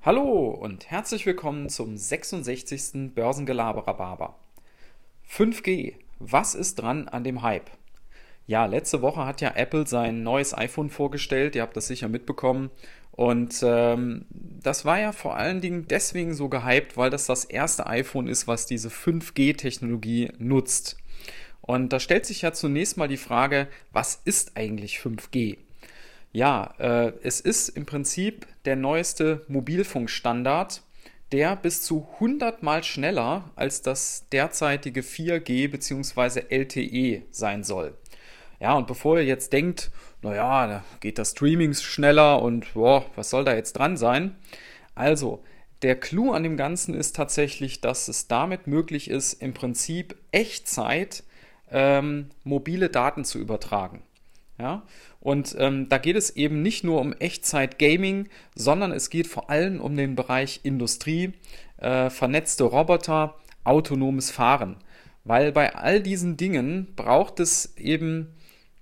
Hallo und herzlich willkommen zum 66. Börsengelaber-Rhabarber. 5G, was ist dran an dem Hype? Ja, letzte Woche hat ja Apple sein neues iPhone vorgestellt, ihr habt das sicher mitbekommen. Und das war ja vor allen Dingen deswegen so gehypt, weil das erste iPhone ist, was diese 5G-Technologie nutzt. Und da stellt sich ja zunächst mal die Frage, was ist eigentlich 5G? Ja, es ist im Prinzip der neueste Mobilfunkstandard, der bis zu 100 Mal schneller als das derzeitige 4G bzw. LTE sein soll. Ja, und bevor ihr jetzt denkt, naja, da geht das Streaming schneller und boah, was soll da jetzt dran sein? Also, der Clou an dem Ganzen ist tatsächlich, dass es damit möglich ist, im Prinzip Echtzeit mobile Daten zu übertragen. Ja? Und da geht es eben nicht nur um Echtzeit-Gaming, sondern es geht vor allem um den Bereich Industrie, vernetzte Roboter, autonomes Fahren. Weil bei all diesen Dingen braucht es eben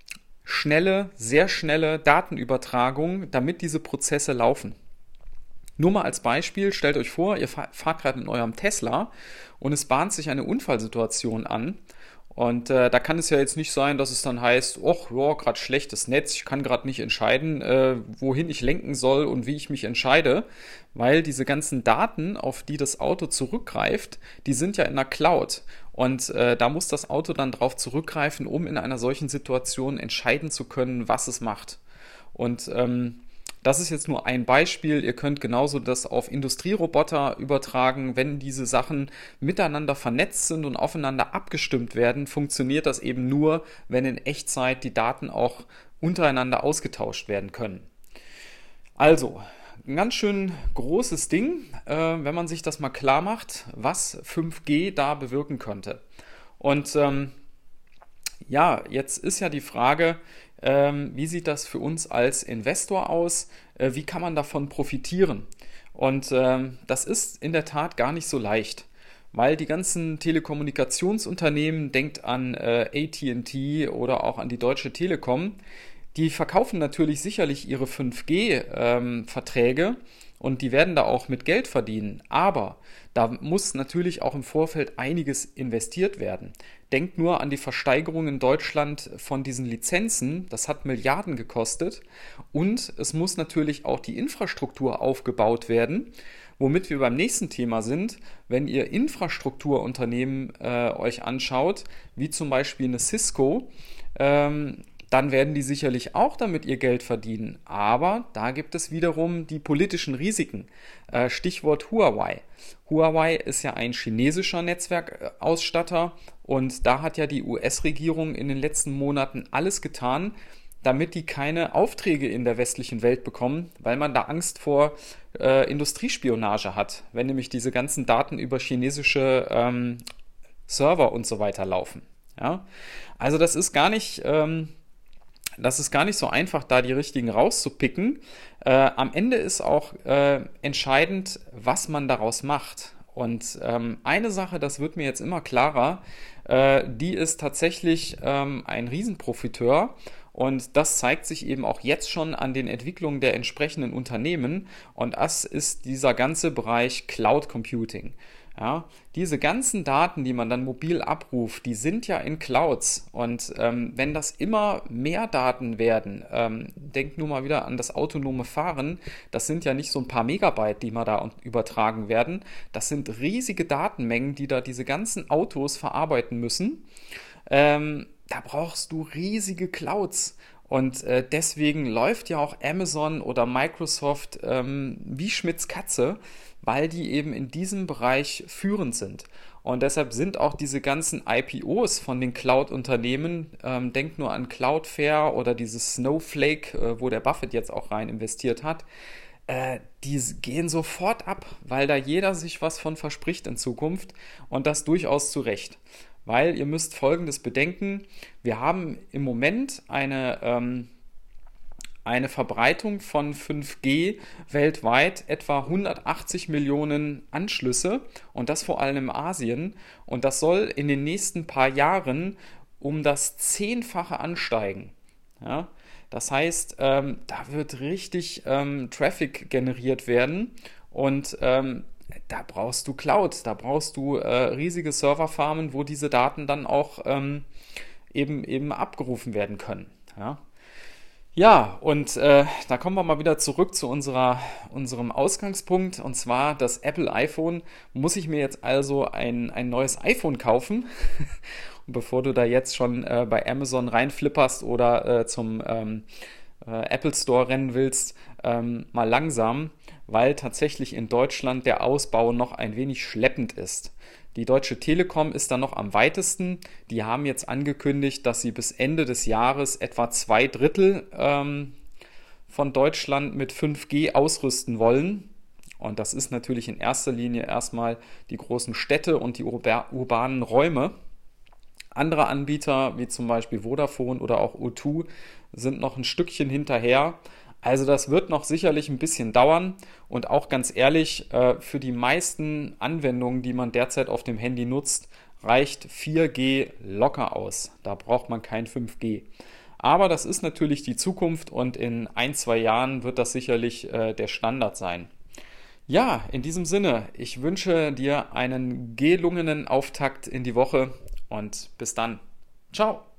sehr schnelle Datenübertragung, damit diese Prozesse laufen. Nur mal als Beispiel, stellt euch vor, ihr fahrt gerade in eurem Tesla und es bahnt sich eine Unfallsituation an. Und da kann es ja jetzt nicht sein, dass es dann heißt, och, ja, gerade schlechtes Netz, ich kann gerade nicht entscheiden, wohin ich lenken soll und wie ich mich entscheide, weil diese ganzen Daten, auf die das Auto zurückgreift, die sind ja in der Cloud. Und da muss das Auto dann drauf zurückgreifen, um in einer solchen Situation entscheiden zu können, was es macht. Und das ist jetzt nur ein Beispiel. Ihr könnt genauso das auf Industrieroboter übertragen. Wenn diese Sachen miteinander vernetzt sind und aufeinander abgestimmt werden, funktioniert das eben nur, wenn in Echtzeit die Daten auch untereinander ausgetauscht werden können. Also, ein ganz schön großes Ding, wenn man sich das mal klar macht, was 5G da bewirken könnte. Und ja, jetzt ist ja die Frage, wie sieht das für uns als Investor aus? Wie kann man davon profitieren? Und das ist in der Tat gar nicht so leicht, weil die ganzen Telekommunikationsunternehmen, denkt an AT&T oder auch an die Deutsche Telekom, die verkaufen natürlich sicherlich ihre 5G-Verträge und die werden da auch mit Geld verdienen. Aber da muss natürlich auch im Vorfeld einiges investiert werden. Denkt nur an die Versteigerung in Deutschland von diesen Lizenzen. Das hat Milliarden gekostet. Und es muss natürlich auch die Infrastruktur aufgebaut werden, womit wir beim nächsten Thema sind. Wenn ihr Infrastrukturunternehmen euch anschaut, wie zum Beispiel eine Cisco, dann werden die sicherlich auch damit ihr Geld verdienen. Aber da gibt es wiederum die politischen Risiken. Stichwort Huawei. Huawei ist ja ein chinesischer Netzwerkausstatter und da hat ja die US-Regierung in den letzten Monaten alles getan, damit die keine Aufträge in der westlichen Welt bekommen, weil man da Angst vor Industriespionage hat, wenn nämlich diese ganzen Daten über chinesische Server und so weiter laufen. Ja? Also das ist gar nicht so einfach, da die richtigen rauszupicken. Am Ende ist auch entscheidend, was man daraus macht. Und eine Sache, das wird mir jetzt immer klarer, die ist tatsächlich ein Riesenprofiteur. Und das zeigt sich eben auch jetzt schon an den Entwicklungen der entsprechenden Unternehmen. Und das ist dieser ganze Bereich Cloud Computing. Ja, diese ganzen Daten, die man dann mobil abruft, die sind ja in Clouds. Und wenn das immer mehr Daten werden, denkt nur mal wieder an das autonome Fahren, das sind ja nicht so ein paar Megabyte, die mal da übertragen werden. Das sind riesige Datenmengen, die da diese ganzen Autos verarbeiten müssen. Da brauchst du riesige Clouds. Und deswegen läuft ja auch Amazon oder Microsoft wie Schmitz Katze, weil die eben in diesem Bereich führend sind. Und deshalb sind auch diese ganzen IPOs von den Cloud-Unternehmen, denkt nur an Cloudflare oder dieses Snowflake, wo der Buffett jetzt auch rein investiert hat, die gehen sofort ab, weil da jeder sich was von verspricht in Zukunft und das durchaus zu Recht. Weil ihr müsst Folgendes bedenken, wir haben im Moment eine Verbreitung von 5G weltweit etwa 180 Millionen Anschlüsse und das vor allem in Asien. Und das soll in den nächsten paar Jahren um das Zehnfache ansteigen. Ja? Das heißt, da wird richtig Traffic generiert werden Und da brauchst du Cloud, da brauchst du riesige Serverfarmen, wo diese Daten dann auch eben abgerufen werden können. Ja, ja, und da kommen wir mal wieder zurück zu unserem Ausgangspunkt, und zwar das Apple iPhone. Muss ich mir jetzt also ein neues iPhone kaufen? Und bevor du da jetzt schon bei Amazon reinflipperst oder zum Apple Store rennen willst, mal langsam, weil tatsächlich in Deutschland der Ausbau noch ein wenig schleppend ist. Die Deutsche Telekom ist da noch am weitesten. Die haben jetzt angekündigt, dass sie bis Ende des Jahres etwa 2/3 von Deutschland mit 5G ausrüsten wollen. Und das ist natürlich in erster Linie erstmal die großen Städte und die urbanen Räume. Andere Anbieter, wie zum Beispiel Vodafone oder auch O2, sind noch ein Stückchen hinterher. Also das wird noch sicherlich ein bisschen dauern, und auch ganz ehrlich, für die meisten Anwendungen, die man derzeit auf dem Handy nutzt, reicht 4G locker aus. Da braucht man kein 5G. Aber das ist natürlich die Zukunft, und in 1, 2 Jahren wird das sicherlich der Standard sein. Ja, in diesem Sinne, ich wünsche dir einen gelungenen Auftakt in die Woche, und bis dann. Ciao!